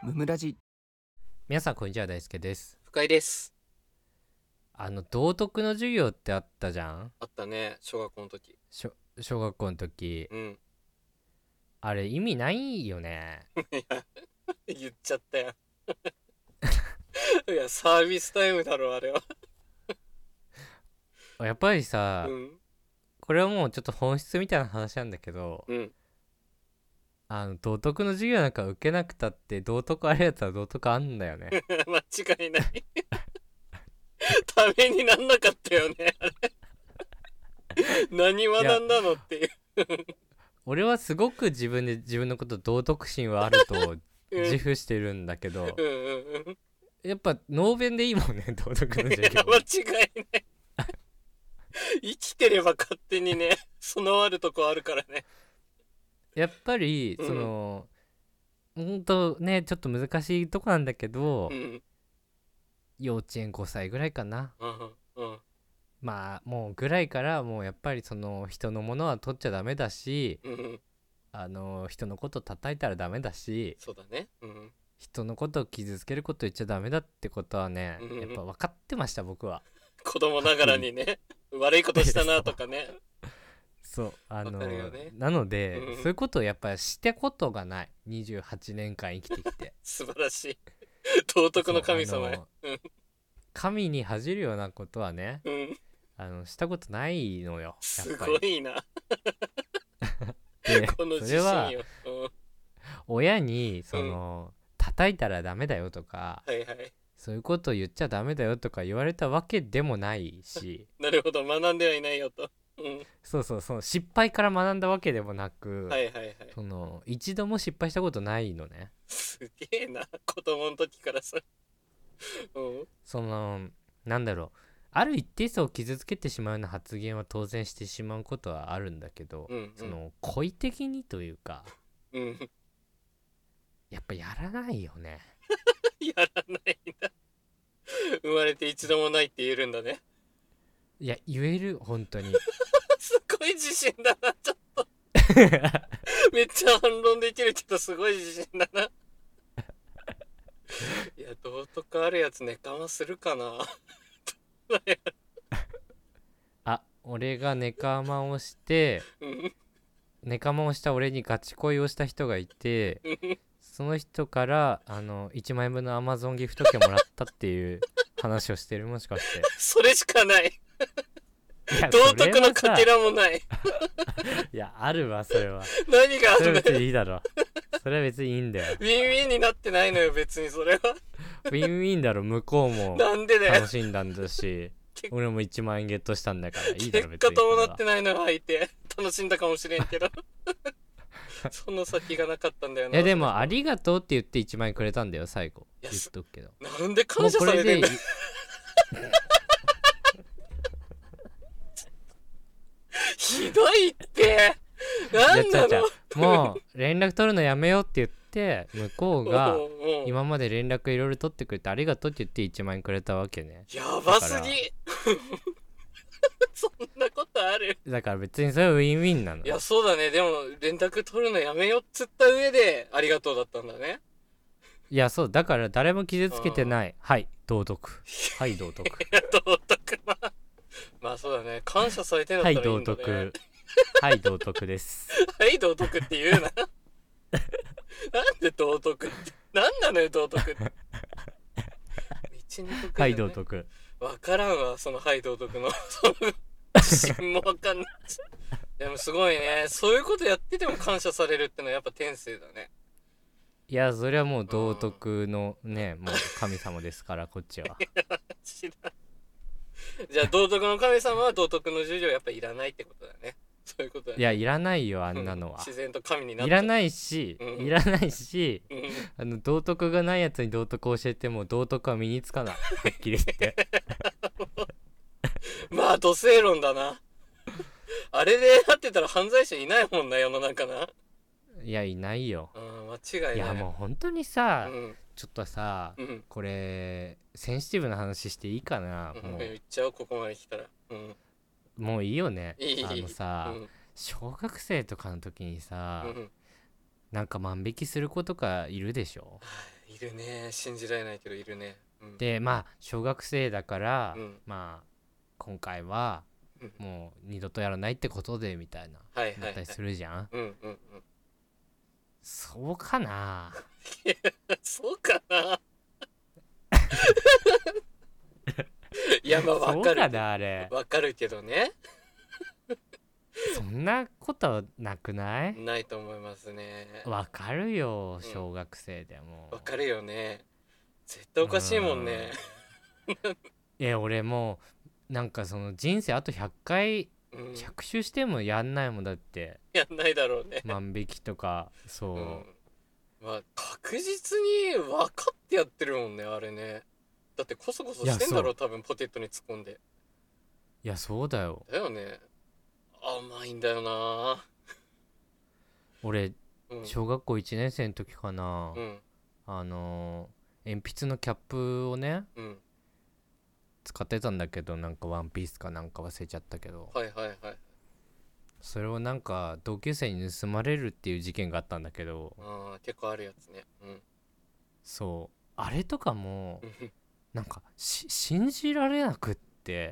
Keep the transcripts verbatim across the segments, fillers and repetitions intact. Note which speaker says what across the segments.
Speaker 1: ムムラジ。
Speaker 2: 皆さんこんにちは、大輔です。
Speaker 3: 深井です。
Speaker 2: あの道徳の授業ってあったじゃん。
Speaker 3: あったね、小学校の時。
Speaker 2: しょ小学校の時。
Speaker 3: うん
Speaker 2: あれ意味ないよね。
Speaker 3: いや言っちゃったよいやサービスタイムだろあれは
Speaker 2: やっぱりさ、
Speaker 3: うん
Speaker 2: これはもうちょっと本質みたいな話なんだけど、
Speaker 3: うん
Speaker 2: あの道徳の授業なんか受けなくたって道徳あるやつは道徳あんだよね
Speaker 3: 間違いないためになんなかったよねあれ何学んだのっていう
Speaker 2: 俺はすごく自分で自分のこと道徳心はあると自負してるんだけど、
Speaker 3: うんうんうん
Speaker 2: やっぱ能弁でいいもんね道徳の授業
Speaker 3: 間違いない生きてれば勝手にね備わるとこあるからね。
Speaker 2: やっぱりその、うん、ほんとねちょっと難しいとこなんだけど、
Speaker 3: うん、
Speaker 2: 幼稚園ごさいぐらいかな、
Speaker 3: うんうん
Speaker 2: まあもうぐらいからもうやっぱりその人のものは取っちゃダメだし、
Speaker 3: うん、
Speaker 2: あの人のこと叩いたらダメだし、
Speaker 3: そうだね、うん、
Speaker 2: 人のことを傷つけること言っちゃダメだってことはね、
Speaker 3: うん、
Speaker 2: やっぱ分かってました僕は。
Speaker 3: 子供ながらにね悪いことしたなとかね
Speaker 2: そうあの、
Speaker 3: ね、
Speaker 2: なので、
Speaker 3: うん、
Speaker 2: そういうことをやっぱりしてことがないにじゅうはちねんかん生きてきて
Speaker 3: 素晴らしい道徳の神様や、
Speaker 2: 神に恥じるようなことはね、
Speaker 3: うん、
Speaker 2: あのしたことないのよやっぱり。
Speaker 3: すごいな
Speaker 2: で
Speaker 3: この自
Speaker 2: それは
Speaker 3: 信よ、うん、
Speaker 2: 親にその、うん、叩いたらダメだよとか、
Speaker 3: はいはい、
Speaker 2: そういうことを言っちゃダメだよとか言われたわけでもないし
Speaker 3: なるほど学んではいないよと、うん、
Speaker 2: そうそうそう失敗から学んだわけでもなく、
Speaker 3: はいはいはい、
Speaker 2: その一度も失敗したことないのね。
Speaker 3: すげえな子供の時からさ、うん、
Speaker 2: そのなんだろうある一定数を傷つけてしまうような発言は当然してしまうことはあるんだけど、
Speaker 3: うんうん、
Speaker 2: その故意的にというか、
Speaker 3: うん、
Speaker 2: やっぱやらないよね
Speaker 3: やらないんだ生まれて一度もないって言えるんだね。
Speaker 2: いや言える本当に
Speaker 3: すごい自信だなちょっとめっちゃ反論できるけどすごい自信だないや道徳あるやつネカマするかな
Speaker 2: あ俺がネカマをして、うん、ネカマをした俺にガチ恋をした人がいてその人からあのいちまんえんぶんのアマゾンギフト券もらったっていう話をしてるもしかして
Speaker 3: それしかない道徳のかけらもない
Speaker 2: いやあるわそれは
Speaker 3: 何があるの。
Speaker 2: それは別にいいだろそれは別にいいんだよ
Speaker 3: ウィンウィンになってないのよ別にそれは
Speaker 2: ウィンウィンだろ向こうも
Speaker 3: なんでだよ
Speaker 2: 楽しんだんだし俺もいちまんえんゲットしたんだからいいだろ別に
Speaker 3: 結果伴ってないのよ相手楽しんだかもしれんけどその先がなかったんだよな。
Speaker 2: いやでもありがとうって言っていちまんえんくれたんだよ最後言っとくけど。
Speaker 3: なんで感謝されてんだひどいってなんなの
Speaker 2: もう連絡取るのやめようって言って向こうが今まで連絡いろいろ取ってくれてありがとうって言っていちまんえんくれたわけね。
Speaker 3: やばすぎそんなことある。
Speaker 2: だから別にそれはウィンウィンなの。
Speaker 3: いやそうだね。でも連絡取るのやめようっつった上でありがとうだったんだね。
Speaker 2: いやそうだから誰も傷つけてない。はい道徳はい道徳
Speaker 3: いや道徳なまあそうだね感謝されてんだったらいいんだね。
Speaker 2: はい道徳はい道徳です
Speaker 3: はい道徳って言うななんで道徳ってなんなのよ道徳って道に徳、ね、
Speaker 2: はい道徳
Speaker 3: わからんわそのはい道徳のその自信もわかんないでもすごいねそういうことやってても感謝されるってのはやっぱ天性だね。
Speaker 2: いやそれはもう道徳のね、うん、もう神様ですからこっちは
Speaker 3: 知らんじゃあ道徳の神様は道徳の授業やっぱいらないってことだね。そういうことだね。
Speaker 2: いやいらないよあんなのは、うん、
Speaker 3: 自然と神になっ
Speaker 2: いらないし、うん、いらないし、
Speaker 3: うん、
Speaker 2: あの道徳がないやつに道徳を教えても道徳は身につかないはっきり言って
Speaker 3: まあ土星論だなあれでやってたら犯罪者いないもんな世の中な。
Speaker 2: いやいないよ、
Speaker 3: うん、間違いない。
Speaker 2: いやもう本当にさ、
Speaker 3: うん、
Speaker 2: ちょっとさ、うん、これセンシティブな話していいかな、
Speaker 3: うん、
Speaker 2: もう
Speaker 3: 言っちゃおうここまで来たら、うん、
Speaker 2: もういいよね。
Speaker 3: いい
Speaker 2: あのさ、うん、小学生とかの時にさ、うん、なんか万引きする子とかいるでしょ。
Speaker 3: いるね、信じられないけどいるね。うん、
Speaker 2: でまあ小学生だから、
Speaker 3: うん、
Speaker 2: まあ今回は
Speaker 3: うん、
Speaker 2: もう二度とやらないってことでみたいな
Speaker 3: はいはいはい。
Speaker 2: だったりするじゃん。
Speaker 3: うんうんうん。
Speaker 2: そうかな。
Speaker 3: そうかな。いやまあわ
Speaker 2: そうか
Speaker 3: かるけ
Speaker 2: なあれ。
Speaker 3: ど、わかるけどね。
Speaker 2: そんなことなくない？
Speaker 3: ないと思いますね。
Speaker 2: わかるよ
Speaker 3: うん、
Speaker 2: 小学生でも。
Speaker 3: わかるよね。絶対お
Speaker 2: う
Speaker 3: かしいもんね。
Speaker 2: ん。え俺もうなんかその人生あとひゃっかい
Speaker 3: うん。
Speaker 2: ひゃく周してもやんないもんだって。
Speaker 3: やんないだろうね。
Speaker 2: 万引きとか
Speaker 3: う
Speaker 2: そ
Speaker 3: ん。まあ確実に分かってやってるもんね、あれね。だってコソコソ
Speaker 2: う。いや
Speaker 3: してんだろ、
Speaker 2: そう
Speaker 3: 多分ポテトに突っ込んで。
Speaker 2: いやそうだよ。
Speaker 3: だよね。甘いんだよな。
Speaker 2: 俺
Speaker 3: うん。
Speaker 2: 小学校いちねん生の時かな、
Speaker 3: うん。
Speaker 2: あのー鉛筆のキャップをね
Speaker 3: うん。
Speaker 2: 使ってたんだけど、なんかワンピースかなんか忘れちゃったけど、
Speaker 3: はいはいはい。
Speaker 2: それをなんか同級生に盗まれるっていう事件があったんだけど、
Speaker 3: ああ、結構あるやつね。うん。
Speaker 2: そうあれとかも
Speaker 3: うん。
Speaker 2: なんかし信じられなくって、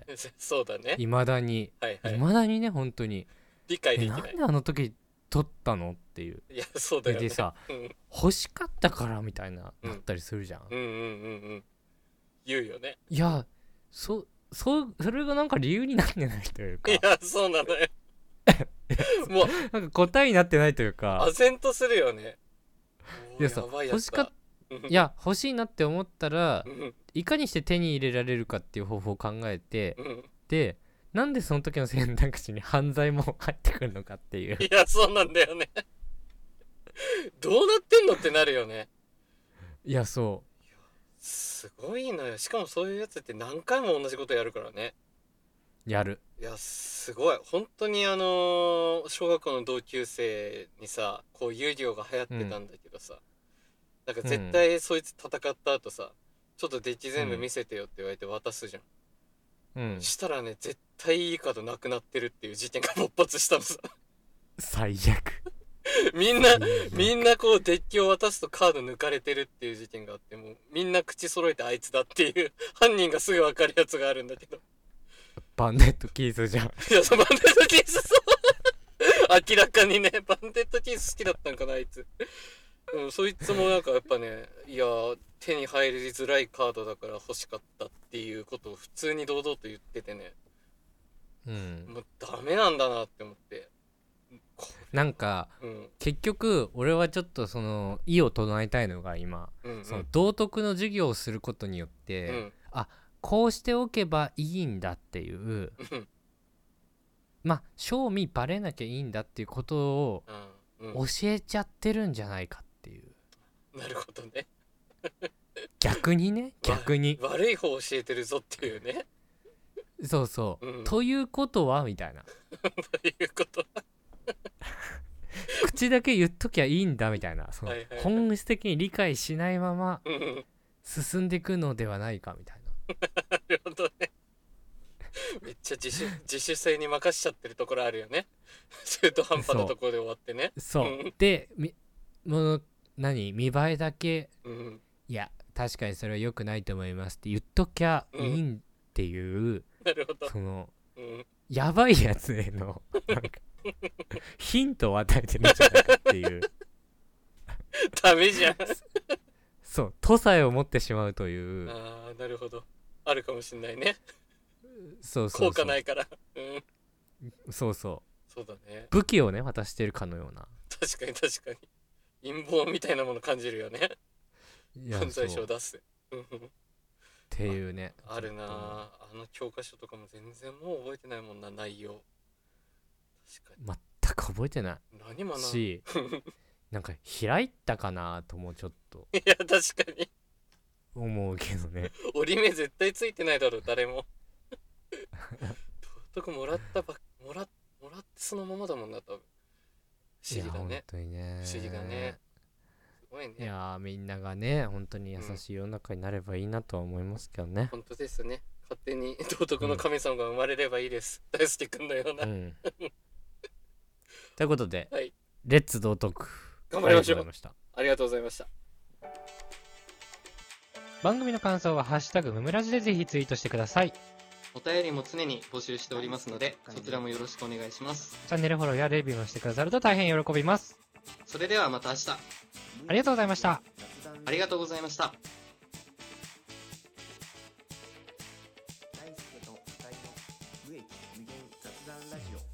Speaker 3: そうだね。
Speaker 2: いまだにい
Speaker 3: はいはい。
Speaker 2: まだにね本当に、
Speaker 3: 理解
Speaker 2: え
Speaker 3: できない。
Speaker 2: なんであの時撮ったのっていう。
Speaker 3: いや、そうだよね。
Speaker 2: ででさ
Speaker 3: うん。
Speaker 2: 欲しかったからみたいな
Speaker 3: うん。
Speaker 2: なったりするじゃん。
Speaker 3: うんうんうんうん。言うよね。
Speaker 2: いやそそうそれがなんか理由になってないというか、
Speaker 3: いや、そうなのよ。もう、
Speaker 2: なんか答えになってないというか。
Speaker 3: 唖然とするよね。おー、
Speaker 2: いやさ
Speaker 3: やばいや
Speaker 2: 欲しかっ
Speaker 3: つだ。うん
Speaker 2: いや欲しいなって思ったら
Speaker 3: うん
Speaker 2: いかにして手に入れられるかっていう方法を考えて、
Speaker 3: うん。
Speaker 2: でなんでその時の選択肢に犯罪も入ってくるのかっていう。
Speaker 3: いや、そうなんだよね。どうなってんのってなるよね。
Speaker 2: いやそ
Speaker 3: すごいのよ。しかもそういうやつって何回も同じことやるからね。
Speaker 2: うやる。
Speaker 3: いや、すごい。本当にあのー小学校の同級生にさ、こう遊戯王が流行ってた
Speaker 2: うん
Speaker 3: んだけどさ、なんか絶
Speaker 2: うん
Speaker 3: 対そいつ戦った後さ、ちょっとデッキ全部
Speaker 2: うん
Speaker 3: 見せてよって言われて渡すじゃん。
Speaker 2: うん
Speaker 3: したらね、絶対いいカードなくなってるっていう事件が勃発したのさ。
Speaker 2: 最悪。
Speaker 3: みんな、
Speaker 2: 最
Speaker 3: みん
Speaker 2: 悪。
Speaker 3: なこうデッキを渡すとカード抜かれてるっていう事件があって、もうみんな口揃えてあいつだっていう犯人がすぐ分かるやつがあるんだけど。
Speaker 2: バンデットキーズじゃん。
Speaker 3: いや、そうバンデッドキース、そう明らかにね、バンデッドキース好きだったんかな、あいつ。うん、そいつもなんかやっぱね、いや、手に入りづらいカードだから欲しかったっていうことを普通に堂々と言っててね、
Speaker 2: うん
Speaker 3: もうダメなんだなって思って。こ
Speaker 2: なんか
Speaker 3: うん、
Speaker 2: 結局俺はちょっとその意を唱えたいのが今、
Speaker 3: うん、うん、
Speaker 2: その道徳の授業をすることによっ
Speaker 3: う
Speaker 2: て、
Speaker 3: ん、
Speaker 2: あこうしておけばいいんだっていう、
Speaker 3: うん、
Speaker 2: まあ正味バレなきゃいいんだっていうことを
Speaker 3: うん、
Speaker 2: 教えちゃってるんじゃないかっていう。
Speaker 3: なるほどね。
Speaker 2: 逆にね
Speaker 3: わ
Speaker 2: 逆に。
Speaker 3: 悪い方教えてるぞっていうね。
Speaker 2: そうそう、
Speaker 3: うん、
Speaker 2: ということはみたいな、
Speaker 3: ということは。
Speaker 2: 口だけ言っときゃいいんだみたいな、その
Speaker 3: はいはいはい。
Speaker 2: 本質的に理解しないまま
Speaker 3: うん、
Speaker 2: 進んでいくのではないかみたい
Speaker 3: なるほどね。めっちゃ自主、自主性に任しちゃってるところあるよね。中途半
Speaker 2: な。そ
Speaker 3: 端なところで終わってね。
Speaker 2: うそうでみもう何見栄えだけ、
Speaker 3: うん、うん、
Speaker 2: いや確かにそれは良くないと思いますって言っときゃいいんっていう、
Speaker 3: なるほど。
Speaker 2: その
Speaker 3: うん、
Speaker 2: やばいやつへのなんかヒントを与えてるんじゃないかっていう。
Speaker 3: ダメじゃん。
Speaker 2: そう土佐を持ってしまうという。
Speaker 3: ああ、なるほど。あるかもしんないね。
Speaker 2: そうそ
Speaker 3: 効
Speaker 2: うそ
Speaker 3: 果ないから。うん。
Speaker 2: うそうそう
Speaker 3: そうだね。
Speaker 2: 武器をね渡してるかのような。
Speaker 3: 確かに確かに。陰謀みたいなもの感じるよね。
Speaker 2: いや
Speaker 3: 犯罪
Speaker 2: そうっ
Speaker 3: 者を出す。うん。
Speaker 2: ていうね
Speaker 3: あるなあ。あの教科書とかも全然もう覚えてないもんな、内容。確か
Speaker 2: 全く覚えてな
Speaker 3: に。何も
Speaker 2: い
Speaker 3: な。
Speaker 2: し、なんか開いたかなともちょっと
Speaker 3: いや、確かに。
Speaker 2: 思うけどね。
Speaker 3: 折り目絶対ついてないだろ、誰も。道徳もらったばもら、もらってそのままだもんな、多分。不
Speaker 2: いや本
Speaker 3: 思議だね。
Speaker 2: 当にね。
Speaker 3: 不思議だね。すごいね。
Speaker 2: いやみんながね本当に優しい世の中になればいいなとは思いますけどね。
Speaker 3: 本当ですね。勝手に道徳の
Speaker 2: うん、
Speaker 3: 神様が生まれればいいです。大輔くんのような。
Speaker 2: うん、ということで、
Speaker 3: はい。
Speaker 2: レッツ道徳。
Speaker 3: 頑張りましょう。
Speaker 2: ありがとうございました。
Speaker 3: ありがとうございました。
Speaker 2: 番組の感想はハッシュタグムムラジでぜひツイートしてください。
Speaker 3: お便りも常に募集しておりますので、そちらもよろしくお願いします。
Speaker 2: チャンネルフォローやレビューもしてくださると大変喜びます。
Speaker 3: それではまた明日。
Speaker 2: ありがとうございました。
Speaker 3: ありがとうございました。
Speaker 1: 大輔と二人の無益無限雑談ラジオ。